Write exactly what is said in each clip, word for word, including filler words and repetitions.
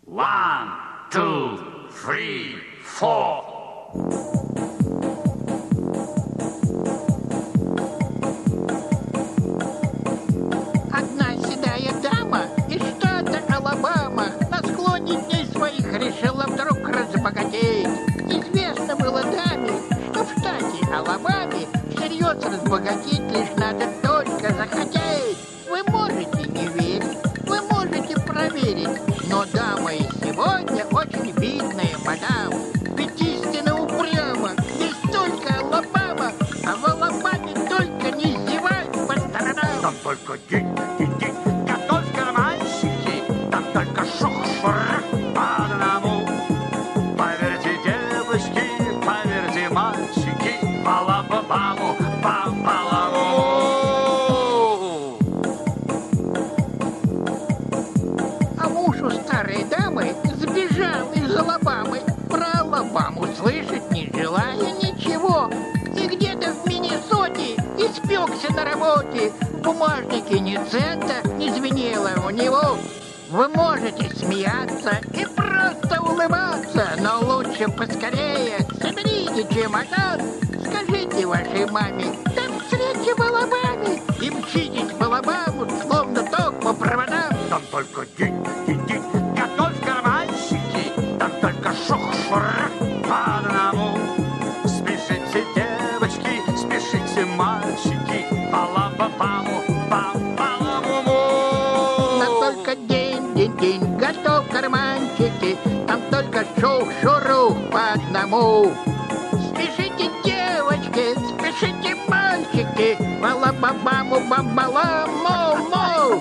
One, two, three, four. Одна седая дама из штата Алабама на склоне дней своих решила вдруг разбогатеть. Известно было даме, что в штате Алабаме всерьез разбогатеть лишь надо только захотеть. Вы можете не верить, вы можете проверить, но дама и сегодня очень видная мадам. Ведь истинно упряма, здесь только Алабама, а в Алабаме только не издевают по сторонам. Там только деньги, деньги, готовь карманчики, там только шух-шурах по одному. Поверьте, девочки, поверьте, мальчики, в Алабаму, пам-паламу. А муж у старой дамы сбежал из Алабамы, про Алабаму слышать не желая ничего. И где-то в Миннесоте испекся на работе. В бумажнике ни цента не звенело у него. Вы можете смеяться и просто улыбаться, но лучше поскорее соберите чемодан, скажите вашей маме, там встреча в Алабаме, и мчитесь в Алабаму, словно ток по проводам. Там только деньги, деньги, готовь карманчики, там только шух-шурах по одному. Спешите, девочки, спешите, мальчики, в Алабаму, пам-паламу. Там только день, день, день, готов карманчики, там только шух-шурух по одному. Спешите, девочки, спешите, мальчики, в Алабаму, бамбаламу-му.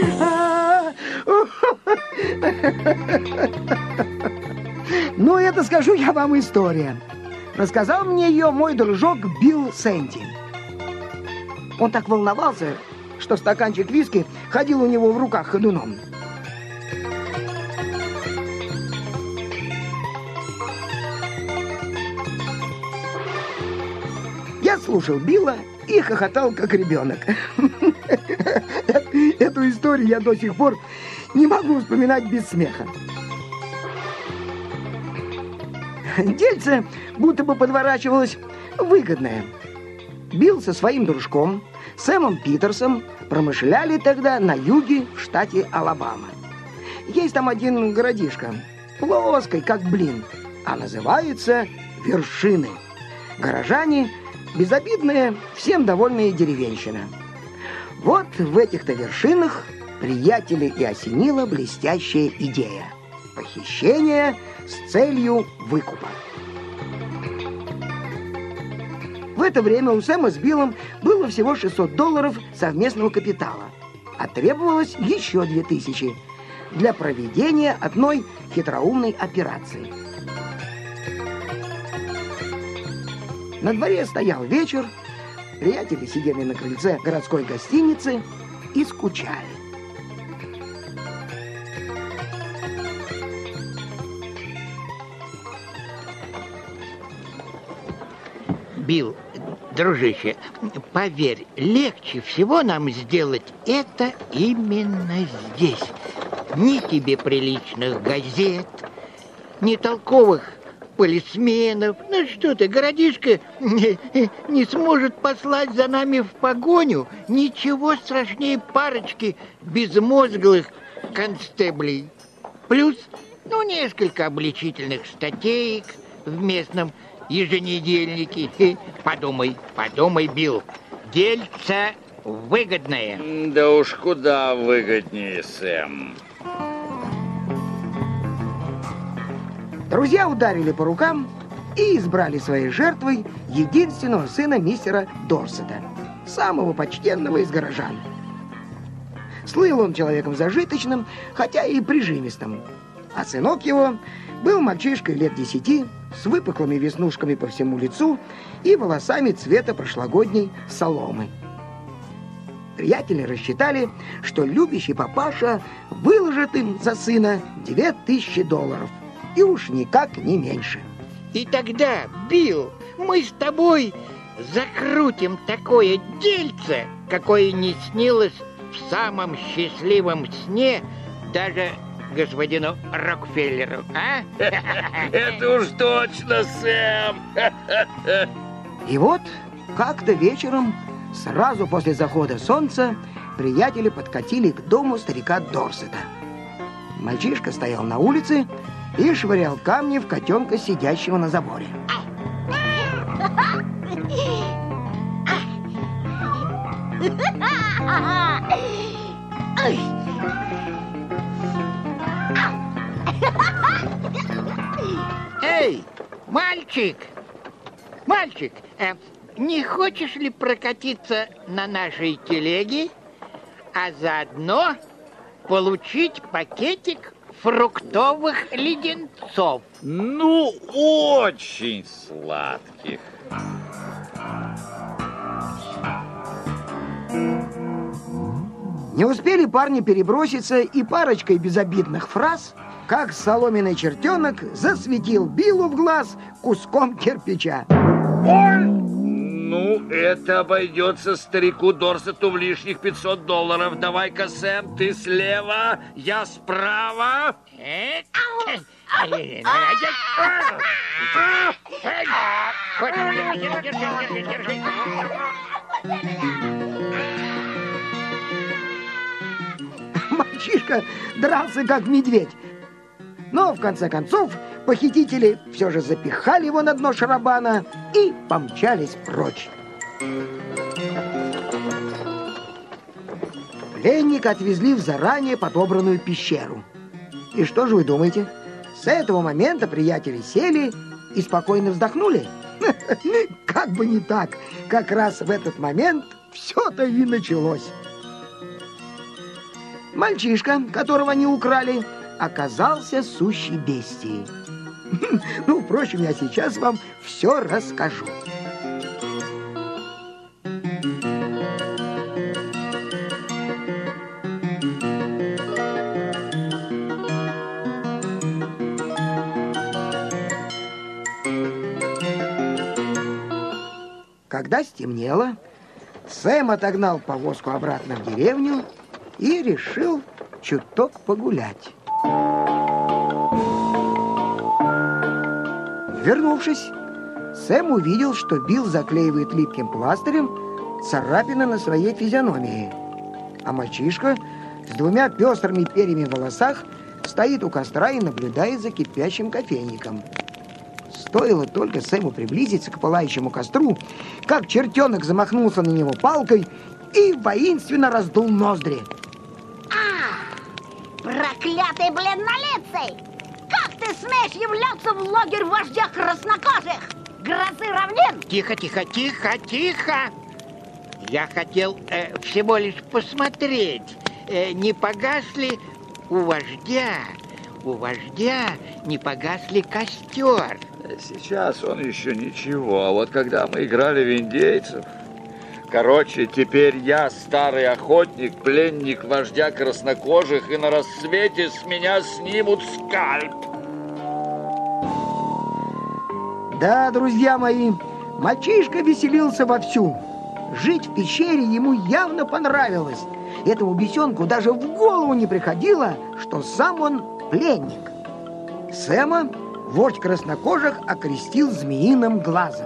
Ну, это, скажу я вам, история. Рассказал мне ее мой дружок Билл Сэнди. Он так волновался, что стаканчик виски ходил у него в руках ходуном. Я слушал Билла и хохотал, как ребенок. Эту историю я до сих пор не могу вспоминать без смеха. Дельце будто бы подворачивалось выгодное. Билл со своим дружком Сэмом Питерсом промышляли тогда на юге в штате Алабама. Есть там один городишко, плоский, как блин, а называется Вершины. Горожане безобидные, всем довольные деревенщина. Вот в этих-то вершинах приятелей и осенила блестящая идея – похищение с целью выкупа. В это время у Сэма с Биллом было всего шестьсот долларов совместного капитала, а требовалось еще две тысячи для проведения одной хитроумной операции. На дворе стоял вечер, приятели сидели на крыльце городской гостиницы и скучали. Билл, дружище, поверь, легче всего нам сделать это именно здесь. Ни тебе приличных газет, ни толковых полисменов. Ну что ты, городишко не, не сможет послать за нами в погоню. Ничего страшнее парочки безмозглых констеблей. Плюс, ну, несколько обличительных статей в местном еженедельнике. Подумай, подумай, Билл. Дельце выгодное. Да уж куда выгоднее, Сэм. Друзья ударили по рукам и избрали своей жертвой единственного сына мистера Дорсета, самого почтенного из горожан. Слыл он человеком зажиточным, хотя и прижимистым, а сынок его был мальчишкой лет десяти, с выпуклыми веснушками по всему лицу и волосами цвета прошлогодней соломы. Приятели рассчитали, что любящий папаша выложит им за сына две тысячи долларов, и уж никак не меньше. И тогда, Билл, мы с тобой закрутим такое дельце, какое не снилось в самом счастливом сне даже господину Рокфеллеру, а? Это уж точно, Сэм. И вот как-то вечером, сразу после захода солнца, приятели подкатили к дому старика Дорсета. Мальчишка стоял на улице и швырял камни в котенка, сидящего на заборе. Эй, мальчик! Мальчик, э, не хочешь ли прокатиться на нашей телеге, а заодно получить пакетик фруктовых леденцов? Ну, очень сладких. Не успели парни переброситься и парочкой безобидных фраз, как соломенный чертенок засветил Биллу в глаз куском кирпича. Ой! Ну, это обойдется старику Дорсету в лишних пятьсот долларов. Давай-ка, Сэм, ты слева, я справа. Мальчишка дрался как медведь. Но, в конце концов, похитители все же запихали его на дно шарабана и помчались прочь. Пленника отвезли в заранее подобранную пещеру. И что же вы думаете? С этого момента приятели сели и спокойно вздохнули? Как бы не так. Как раз в этот момент все-то и началось. Мальчишка, которого они украли, оказался сущей бестией. Ну, впрочем, я сейчас вам все расскажу. Когда стемнело, Сэм отогнал повозку обратно в деревню и решил чуток погулять. Вернувшись, Сэм увидел, что Билл заклеивает липким пластырем царапины на своей физиономии, а мальчишка с двумя пестрыми перьями в волосах стоит у костра и наблюдает за кипящим кофейником. Стоило только Сэму приблизиться к пылающему костру, как чертенок замахнулся на него палкой и воинственно раздул ноздри. Проклятый бледнолицый! Как ты смеешь являться в лагерь вождя краснокожих? Грозы равнин? Тихо, тихо, тихо, тихо! Я хотел э, всего лишь посмотреть, э, не погасли у вождя, у вождя не погасли костер. Сейчас он еще ничего, а вот когда мы играли в индейцев... Короче, теперь я старый охотник, пленник вождя краснокожих, и на рассвете с меня снимут скальп. Да, друзья мои, мальчишка веселился вовсю. Жить в пещере ему явно понравилось. Этому бесенку даже в голову не приходило, что сам он пленник. Сэма вождь краснокожих окрестил змеиным глазом.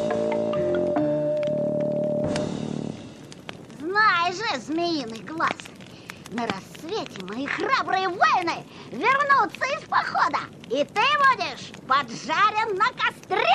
Змеиный глаз. На рассвете мои храбрые воины вернутся из похода, и ты будешь поджарен на костре.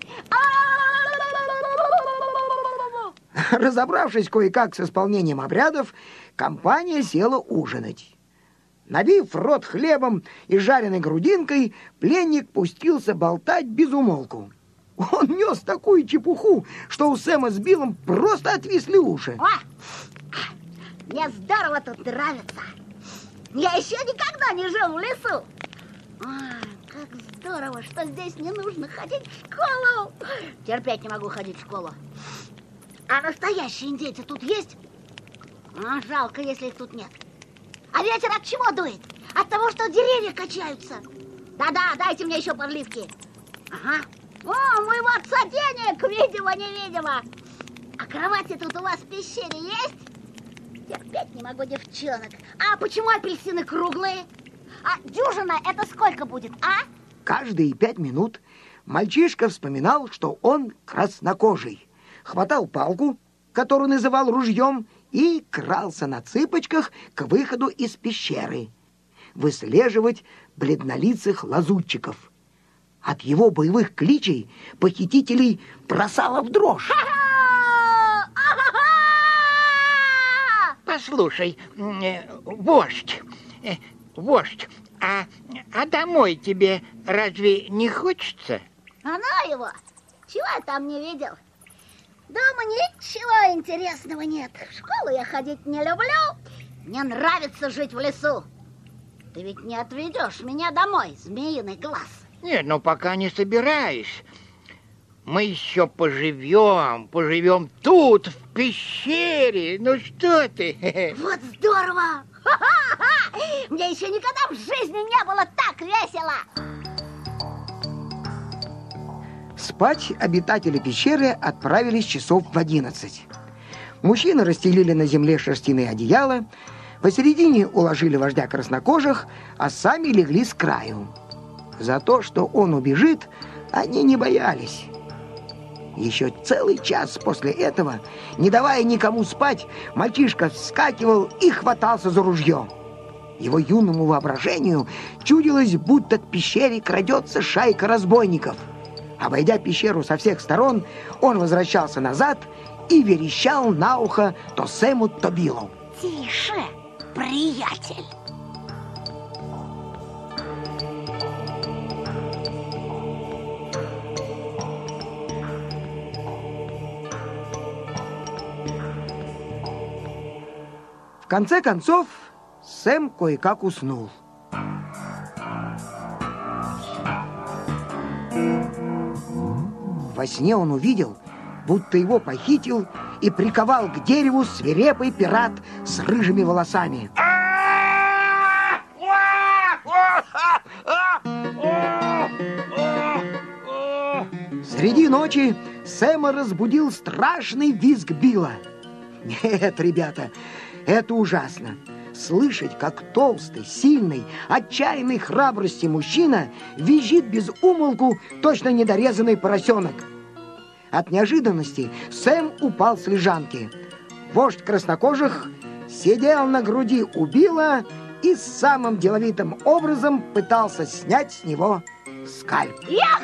Разобравшись кое-как с исполнением обрядов, компания села ужинать. Набив рот хлебом и жареной грудинкой, пленник пустился болтать без умолку. Он нес такую чепуху, что у Сэма с Биллом просто отвисли уши. О! Мне здорово тут нравится. Я еще никогда не жил в лесу. А, как здорово, что здесь не нужно ходить в школу. Терпеть не могу ходить в школу. А настоящие индейцы тут есть? А, жалко, если их тут нет. А ветер от чего дует? От того, что деревья качаются. Да-да, дайте мне еще подливки. Ага. О, у моего отца денег, видимо-невидимо. А кровати тут у вас в пещере есть? Терпеть не могу девчонок. А почему апельсины круглые? А дюжина это сколько будет, а? Каждые пять минут мальчишка вспоминал, что он краснокожий. Хватал палку, которую называл ружьем, и крался на цыпочках к выходу из пещеры, выслеживать бледнолицых лазутчиков. От его боевых кличей похитителей бросало в дрожь. Послушай, вождь, вождь, а, а домой тебе разве не хочется? Она его? Чего я там не видел? Дома ничего интересного нет. В школу я ходить не люблю. Мне нравится жить в лесу. Ты ведь не отведешь меня домой, змеиный глаз. Нет, ну пока не собираюсь. Мы еще поживем, поживем тут, в пещере. Ну что ты? Вот здорово! Ха-ха-ха! Мне еще никогда в жизни не было так весело. Спать обитатели пещеры отправились часов в одиннадцать. Мужчины расстелили на земле шерстяные одеяла, посередине уложили вождя краснокожих, а сами легли с краю. За то, что он убежит, они не боялись. Еще целый час после этого, не давая никому спать, мальчишка вскакивал и хватался за ружье. Его юному воображению чудилось, будто к пещере крадется шайка разбойников. Обойдя пещеру со всех сторон, он возвращался назад и верещал на ухо то Сэму, то Биллу. Тише, приятель. В конце концов, Сэм кое-как уснул. Во сне он увидел, будто его похитил и приковал к дереву свирепый пират с рыжими волосами. Среди ночи Сэма разбудил страшный визг Билла. Нет, ребята, это ужасно. Слышать, как толстый, сильный, отчаянной храбрости мужчина визжит без умолку точно недорезанный поросенок. От неожиданности Сэм упал с лежанки. Вождь краснокожих сидел на груди у Билла и самым деловитым образом пытался снять с него скальп.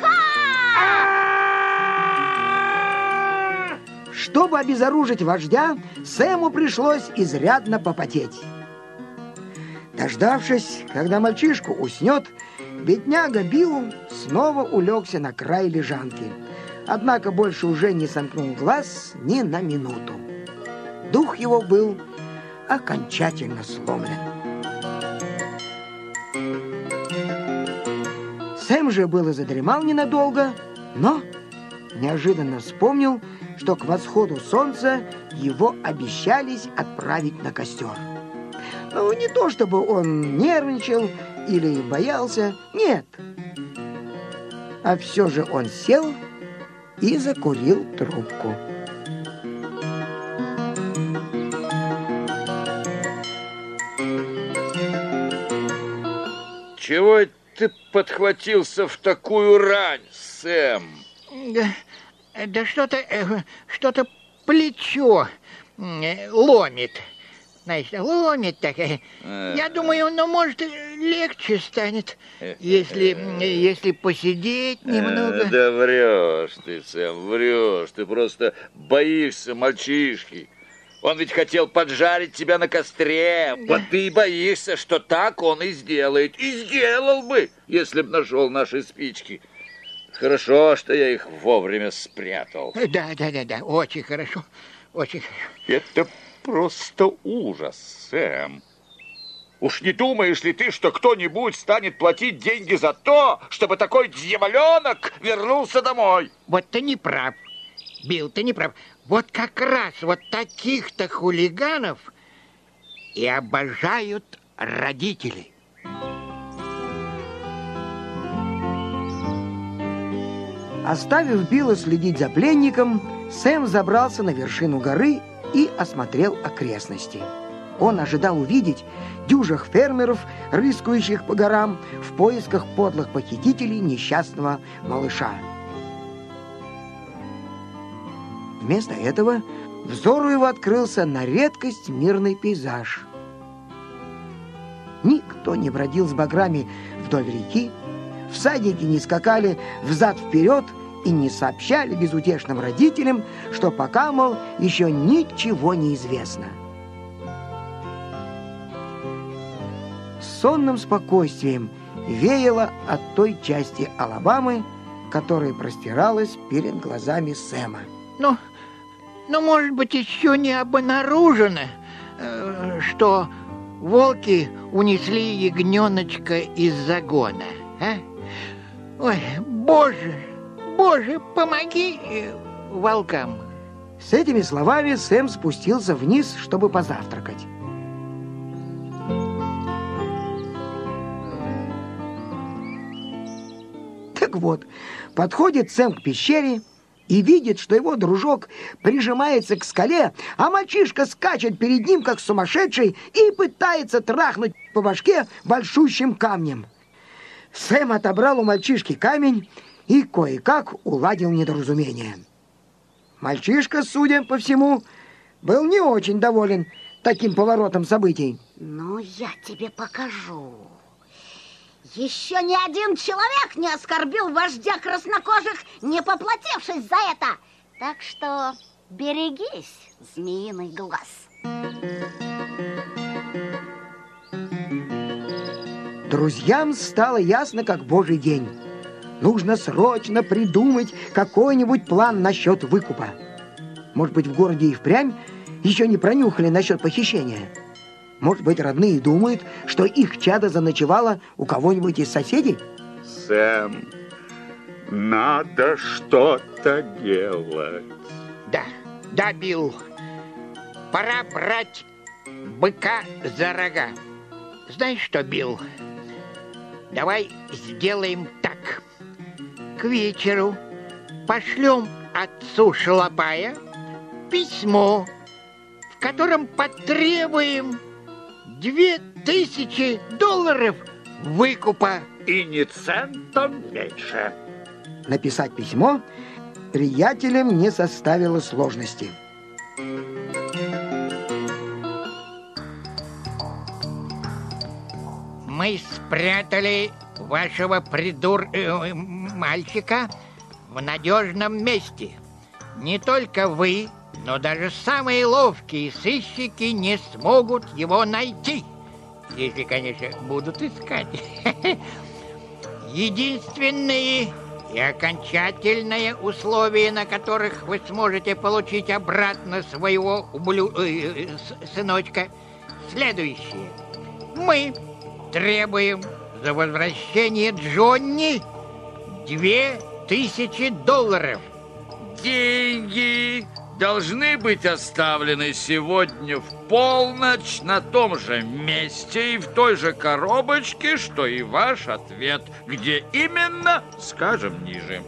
Чтобы обезоружить вождя, Сэму пришлось изрядно попотеть. Дождавшись, когда мальчишку уснет, бедняга Билл снова улегся на край лежанки. Однако больше уже не сомкнул глаз ни на минуту. Дух его был окончательно сломлен. Сэм же было задремал ненадолго, но неожиданно вспомнил, что к восходу солнца его обещались отправить на костер. Ну, не то чтобы он нервничал или боялся, нет. А все же он сел и закурил трубку. Чего ты подхватился в такую рань, Сэм? Да, да что-то, что-то плечо ломит. Знаешь, ломит так. Я думаю, ну, может, легче станет, если, если посидеть немного. Да врешь ты, Сэм, врешь. Ты просто боишься мальчишки. Он ведь хотел поджарить тебя на костре. Да. Вот ты и боишься, что так он и сделает. И сделал бы, если б нашел наши спички. Хорошо, что я их вовремя спрятал. Да, да, да, да, очень хорошо, очень хорошо. Это просто ужас, Сэм. Уж не думаешь ли ты, что кто-нибудь станет платить деньги за то, чтобы такой дьяволенок вернулся домой? Вот ты не прав, Билл, ты не прав. Вот как раз вот таких-то хулиганов и обожают родители. Оставив Билла следить за пленником, Сэм забрался на вершину горы и осмотрел окрестности. Он ожидал увидеть дюжих фермеров, рыскающих по горам в поисках подлых похитителей несчастного малыша. Вместо этого взору его открылся на редкость мирный пейзаж. Никто не бродил с баграми вдоль реки, всадники не скакали взад-вперед и не сообщали безутешным родителям, что пока, мол, еще ничего не известно. Сонным спокойствием веяло от той части Алабамы, которая простиралась перед глазами Сэма. Ну, ну, может быть, еще не обнаружено, э, что волки унесли ягненочка из загона, а? Ой, Боже, Боже, помоги э, волкам. С этими словами Сэм спустился вниз, чтобы позавтракать. Так вот, подходит Сэм к пещере и видит, что его дружок прижимается к скале, а мальчишка скачет перед ним, как сумасшедший, и пытается трахнуть по башке большущим камнем. Сэм отобрал у мальчишки камень и кое-как уладил недоразумение. Мальчишка, судя по всему, был не очень доволен таким поворотом событий. Ну, я тебе покажу. Еще ни один человек не оскорбил вождя краснокожих, не поплатившись за это. Так что берегись, змеиный глаз. Друзьям стало ясно, как божий день. Нужно срочно придумать какой-нибудь план насчет выкупа. Может быть, в городе и впрямь еще не пронюхали насчет похищения. Может быть, родные думают, что их чадо заночевало у кого-нибудь из соседей? Сэм, надо что-то делать. Да, да, Билл. Пора брать быка за рога. Знаешь что, Билл? Давай сделаем так. К вечеру пошлем отцу Шалопая письмо, в котором потребуем две тысячи долларов выкупа. И ни центом меньше. Написать письмо приятелям не составило сложности. Мы спрятали вашего придур... э, мальчика в надежном месте. Не только вы, но даже самые ловкие сыщики не смогут его найти. Если, конечно, будут искать. Единственные и окончательные условия, на которых вы сможете получить обратно своего ублю... э, сыночка, следующие. Мы требуем за возвращение Джонни две тысячи долларов. Деньги должны быть оставлены сегодня в полночь на том же месте и в той же коробочке, что и ваш ответ. Где именно, скажем ниже.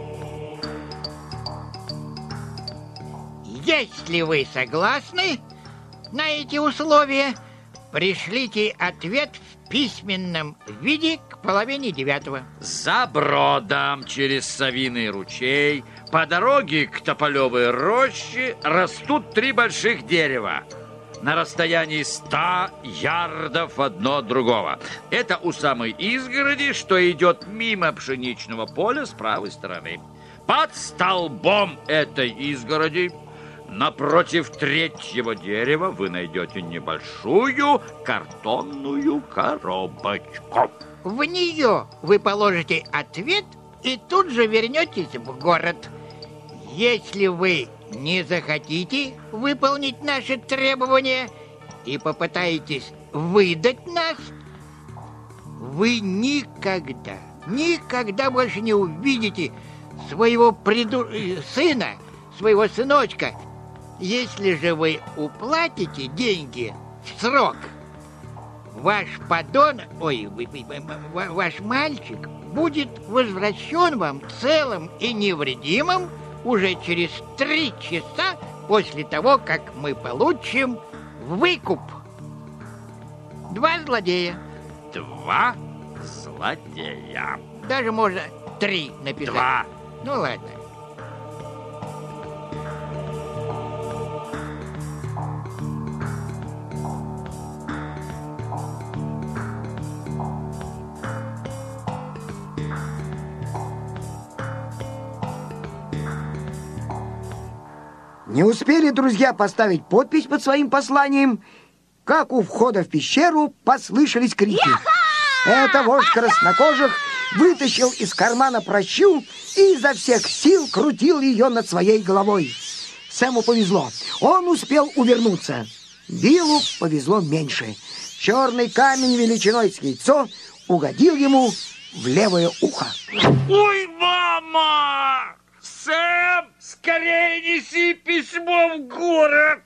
Если вы согласны на эти условия, пришлите ответ в письменном виде к половине девятого. За бродом через Совиный ручей по дороге к Тополевой роще растут три больших дерева на расстоянии ста ярдов одно от другого. Это у самой изгороди, что идет мимо пшеничного поля с правой стороны. Под столбом этой изгороди, напротив третьего дерева, вы найдете небольшую картонную коробочку. В нее вы положите ответ и тут же вернетесь в город. Если вы не захотите выполнить наши требования и попытаетесь выдать нас, вы никогда, никогда больше не увидите своего приду... сына, своего сыночка. Если же вы уплатите деньги в срок, ваш подонок, ой, ваш мальчик будет возвращен вам целым и невредимым уже через три часа после того, как мы получим выкуп. Два злодея два злодея. Даже можно три написать. Два. Ну ладно. Не успели друзья поставить подпись под своим посланием, как у входа в пещеру послышались крики. Это вождь краснокожих вытащил из кармана пращу и изо всех сил крутил ее над своей головой. Сэму повезло, он успел увернуться. Биллу повезло меньше. Черный камень величиной с яйцо угодил ему в левое ухо. Ой, мама! Сэм, скорее неси письмо в город!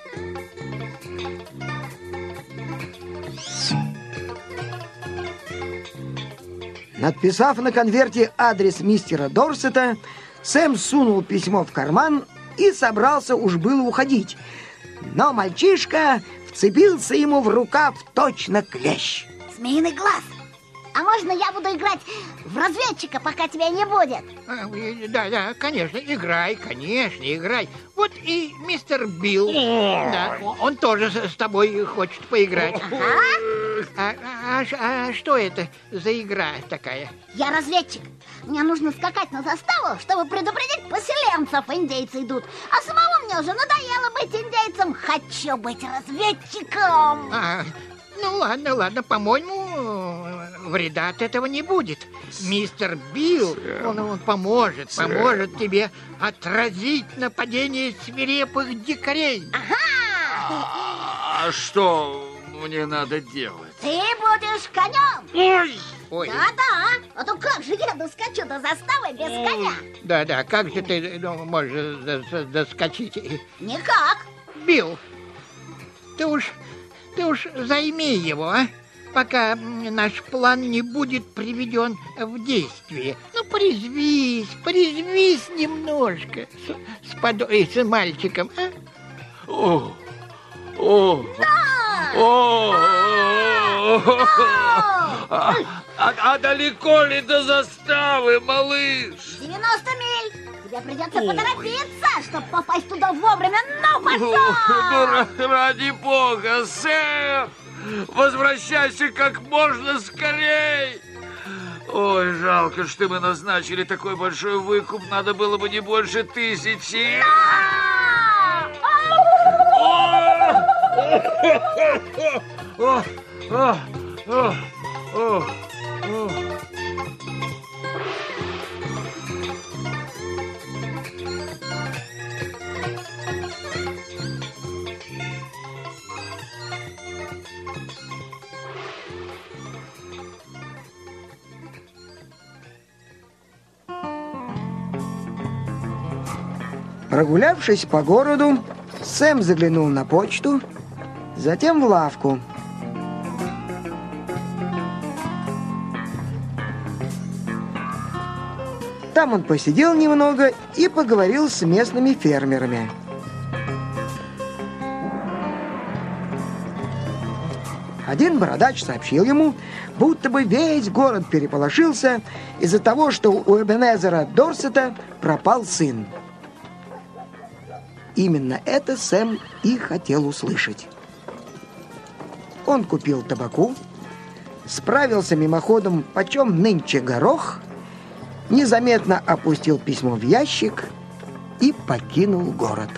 Надписав на конверте адрес мистера Дорсета, Сэм сунул письмо в карман и собрался уж было уходить. Но мальчишка вцепился ему в рукав точно клещ. Змеиный глаз. А можно я буду играть в разведчика, пока тебя не будет? А, да, да, конечно, играй, конечно, играй. Вот и мистер Билл, да, он тоже с тобой хочет поиграть. Ага. А, а, а, а что это за игра такая? Я разведчик. Мне нужно скакать на заставу, чтобы предупредить поселенцев. Индейцы идут. А самому мне уже надоело быть индейцем. Хочу быть разведчиком. А, ну ладно, ладно, по-моему, вреда от этого не будет. Мистер Билл, он, он поможет, поможет тебе отразить нападение свирепых дикарей. Ага! А что мне надо делать? Ты будешь конем. Ой! Ой, Да-да, а то как же я доскочу до заставы без коня? да-да, как же ты ну, можешь дос- доскочить? Никак. Билл, ты уж, ты уж займи его, а? Пока м, наш план не будет приведен в действие. Ну, порезвись, порезвись немножко с, с, подо- э, с мальчиком, а? О, о, о, а, а- а далеко ли до заставы, малыш? девяносто миль. Тебе придется поторопиться, чтобы попасть туда вовремя. Ну, пошел! Ну, ра- ради бога, Сэм! Возвращайся как можно скорей! Ой, жалко, что мы назначили такой большой выкуп. Надо было бы не больше тысячи. О, о, о, о, о. Прогулявшись по городу, Сэм заглянул на почту, затем в лавку. Там он посидел немного и поговорил с местными фермерами. Один бородач сообщил ему, будто бы весь город переполошился из-за того, что у Эбенезера Дорсета пропал сын. Именно это Сэм и хотел услышать. Он купил табаку, справился мимоходом, почем нынче горох, незаметно опустил письмо в ящик и покинул город.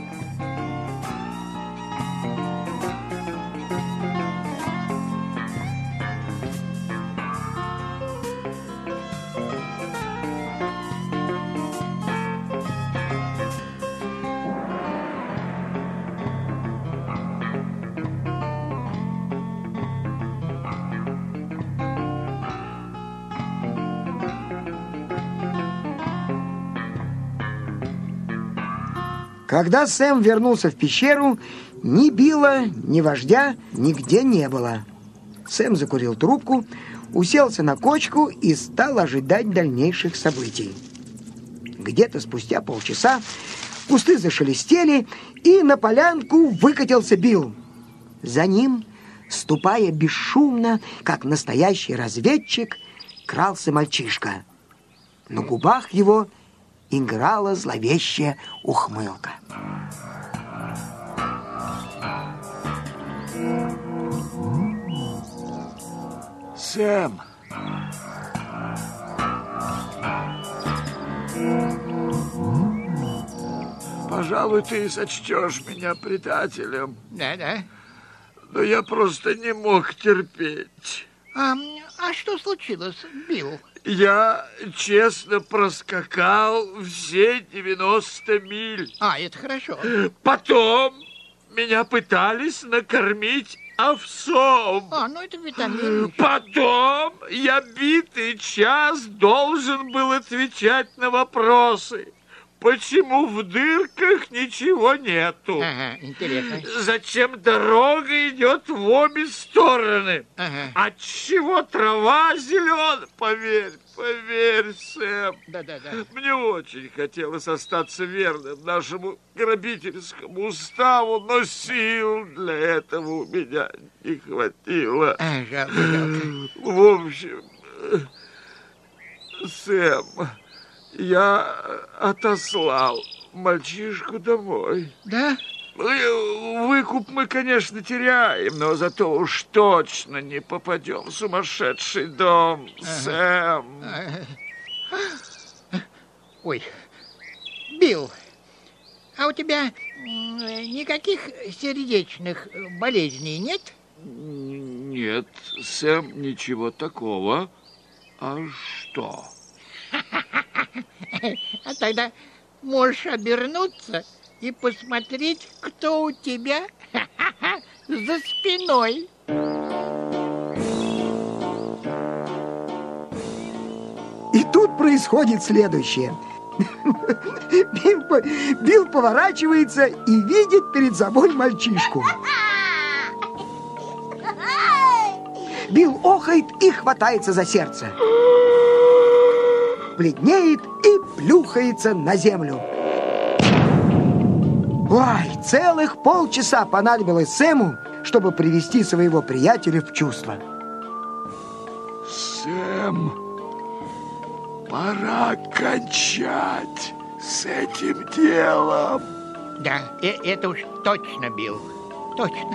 Когда Сэм вернулся в пещеру, ни Билла, ни вождя нигде не было. Сэм закурил трубку, уселся на кочку и стал ожидать дальнейших событий. Где-то спустя полчаса кусты зашелестели, и на полянку выкатился Билл. За ним Ступая бесшумно, как настоящий разведчик, крался мальчишка. На губах его играла зловещая ухмылка. Сэм! Пожалуй, ты и сочтешь меня предателем. Да-да. Но я просто не мог терпеть. А, а что случилось, Билл? Я честно проскакал все девяносто миль. А, это хорошо. Потом меня пытались накормить овсом. А, ну это витамин. Потом я битый час должен был отвечать на вопросы. Почему в дырках ничего нету? Ага, интересно. Зачем дорога идет в обе стороны? Ага. Отчего трава зеленая? Поверь, поверь, Сэм. Да-да-да. Мне очень хотелось остаться верным нашему грабительскому уставу, но сил для этого у меня не хватило. А, жалко, жалко. В общем, Сэм, я отослал мальчишку домой. Да? Выкуп мы, конечно, теряем, но зато уж точно не попадем в сумасшедший дом, Сэм. Ой, Билл, а у тебя никаких сердечных болезней нет? Нет, Сэм, ничего такого. А что? А тогда можешь обернуться и посмотреть, кто у тебя за спиной. И тут происходит следующее. Билл, Билл поворачивается и видит перед собой мальчишку. Билл охает и хватается за сердце. Бледнеет и плюхается на землю. Ой, целых полчаса понадобилось Сэму, чтобы привести своего приятеля в чувство. Сэм, пора кончать с этим делом. Да, э это уж точно, Билл, точно.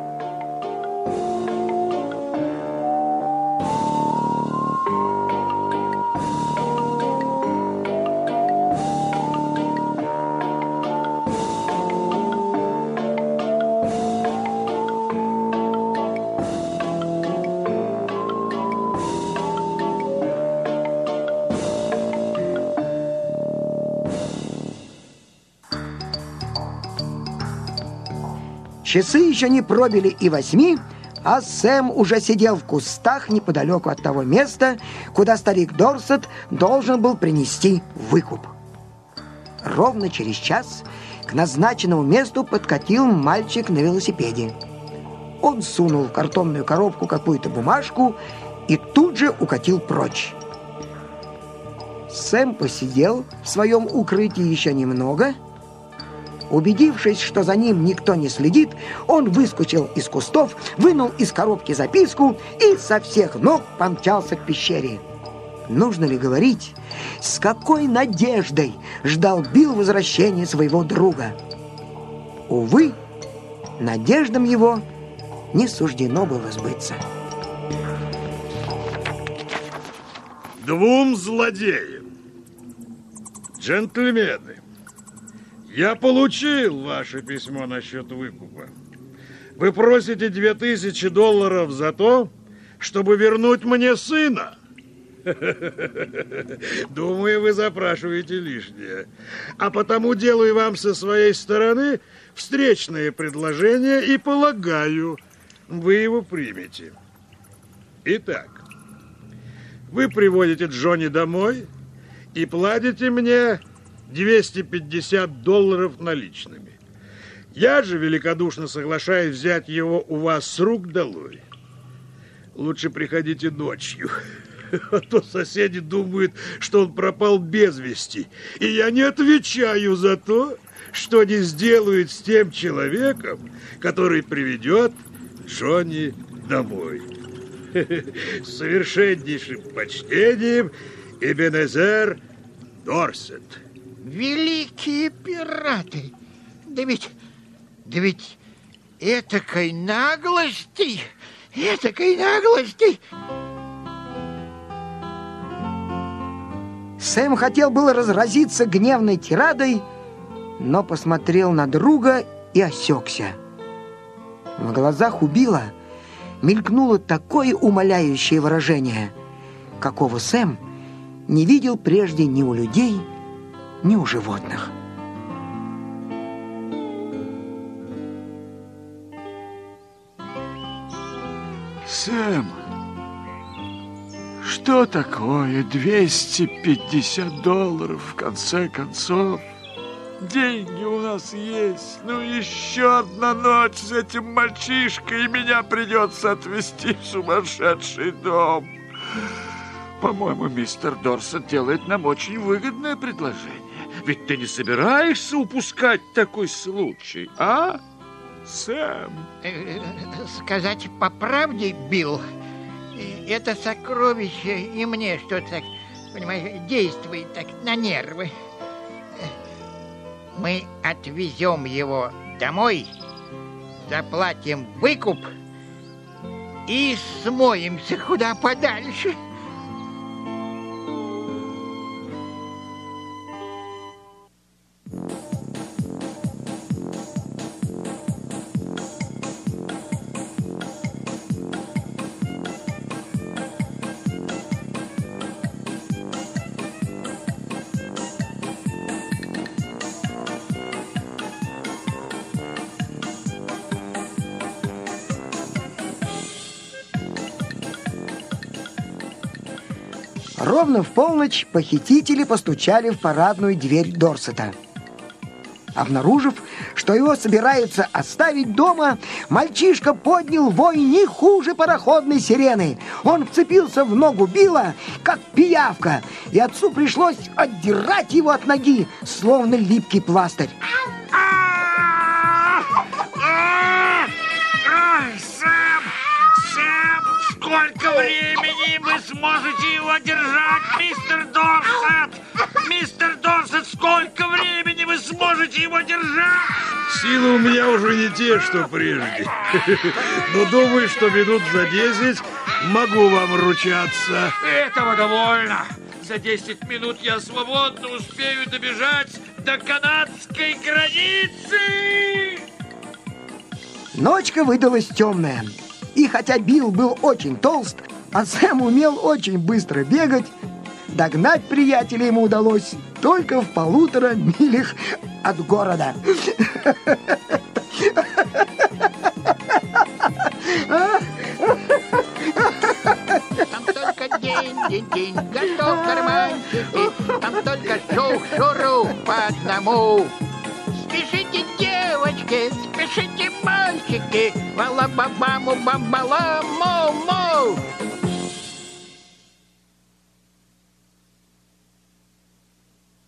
Часы еще не пробили и восьми, а Сэм уже сидел в кустах неподалеку от того места, куда старик Дорсет должен был принести выкуп. Ровно через час к назначенному месту подкатил мальчик на велосипеде. Он сунул в картонную коробку какую-то бумажку и тут же укатил прочь. Сэм посидел в своем укрытии еще немного. Убедившись, что за ним никто не следит, он выскочил из кустов, вынул из коробки записку и со всех ног помчался к пещере. Нужно ли говорить, с какой надеждой ждал Билл возвращения своего друга? Увы, надеждам его не суждено было сбыться. Двум злодеям. Джентльмены, я получил ваше письмо насчет выкупа. Вы просите две тысячи долларов за то, чтобы вернуть мне сына. Думаю, вы запрашиваете лишнее. А потому делаю вам со своей стороны встречное предложение и полагаю, вы его примете. Итак, вы приводите Джонни домой и платите мне двести пятьдесят долларов наличными. Я же великодушно соглашаюсь взять его у вас с рук долой. Лучше приходите ночью, а то соседи думают, что он пропал без вести. И я не отвечаю за то, что они сделают с тем человеком, который приведет Джонни домой. С совершеннейшим почтением, Эбенезер Дорсет. Великие пираты! Да ведь, да ведь этакой наглости, этакой наглости! Сэм хотел было разразиться гневной тирадой, но посмотрел на друга и осекся. В глазах у Билла мелькнуло такое умоляющее выражение, какого Сэм не видел прежде ни у людей, ни у животных. Сэм, что такое двести пятьдесят долларов в конце концов? Деньги у нас есть. Ну, еще одна ночь с этим мальчишкой, и меня придется отвезти в сумасшедший дом. По-моему, мистер Дорсет делает нам очень выгодное предложение. Ведь ты не собираешься упускать такой случай, а, Сэм? Сказать по правде, Билл, это сокровище и мне что-то так, понимаешь, действует так на нервы. Мы отвезем его домой, заплатим выкуп и смоемся куда подальше. Ровно в полночь похитители постучали в парадную дверь Дорсета. Обнаружив, что его собираются оставить дома, мальчишка поднял вой не хуже пароходной сирены. Он вцепился в ногу Билла, как пиявка, и отцу пришлось отдирать его от ноги, словно липкий пластырь. Ай, Сэм! Сэм! Сколько времени вы сможете его держать, мистер Дорсет? Мистер Дорсет, сколько времени вы сможете его держать? Силы у меня уже не те, что прежде. Но думаю, что минут за десять могу вам ручаться. Этого довольно. За десять минут я свободно успею добежать до канадской границы. Ночка выдалась темная. И хотя Билл был очень толст, а Сэм умел очень быстро бегать, догнать приятеля ему удалось только в полутора милях от города. Там только день, день, день, готов карманчики, там только шух-шуру по одному. Спешите, девочки, спешите, мальчики, вала-ба-баму-бамбала-му-му.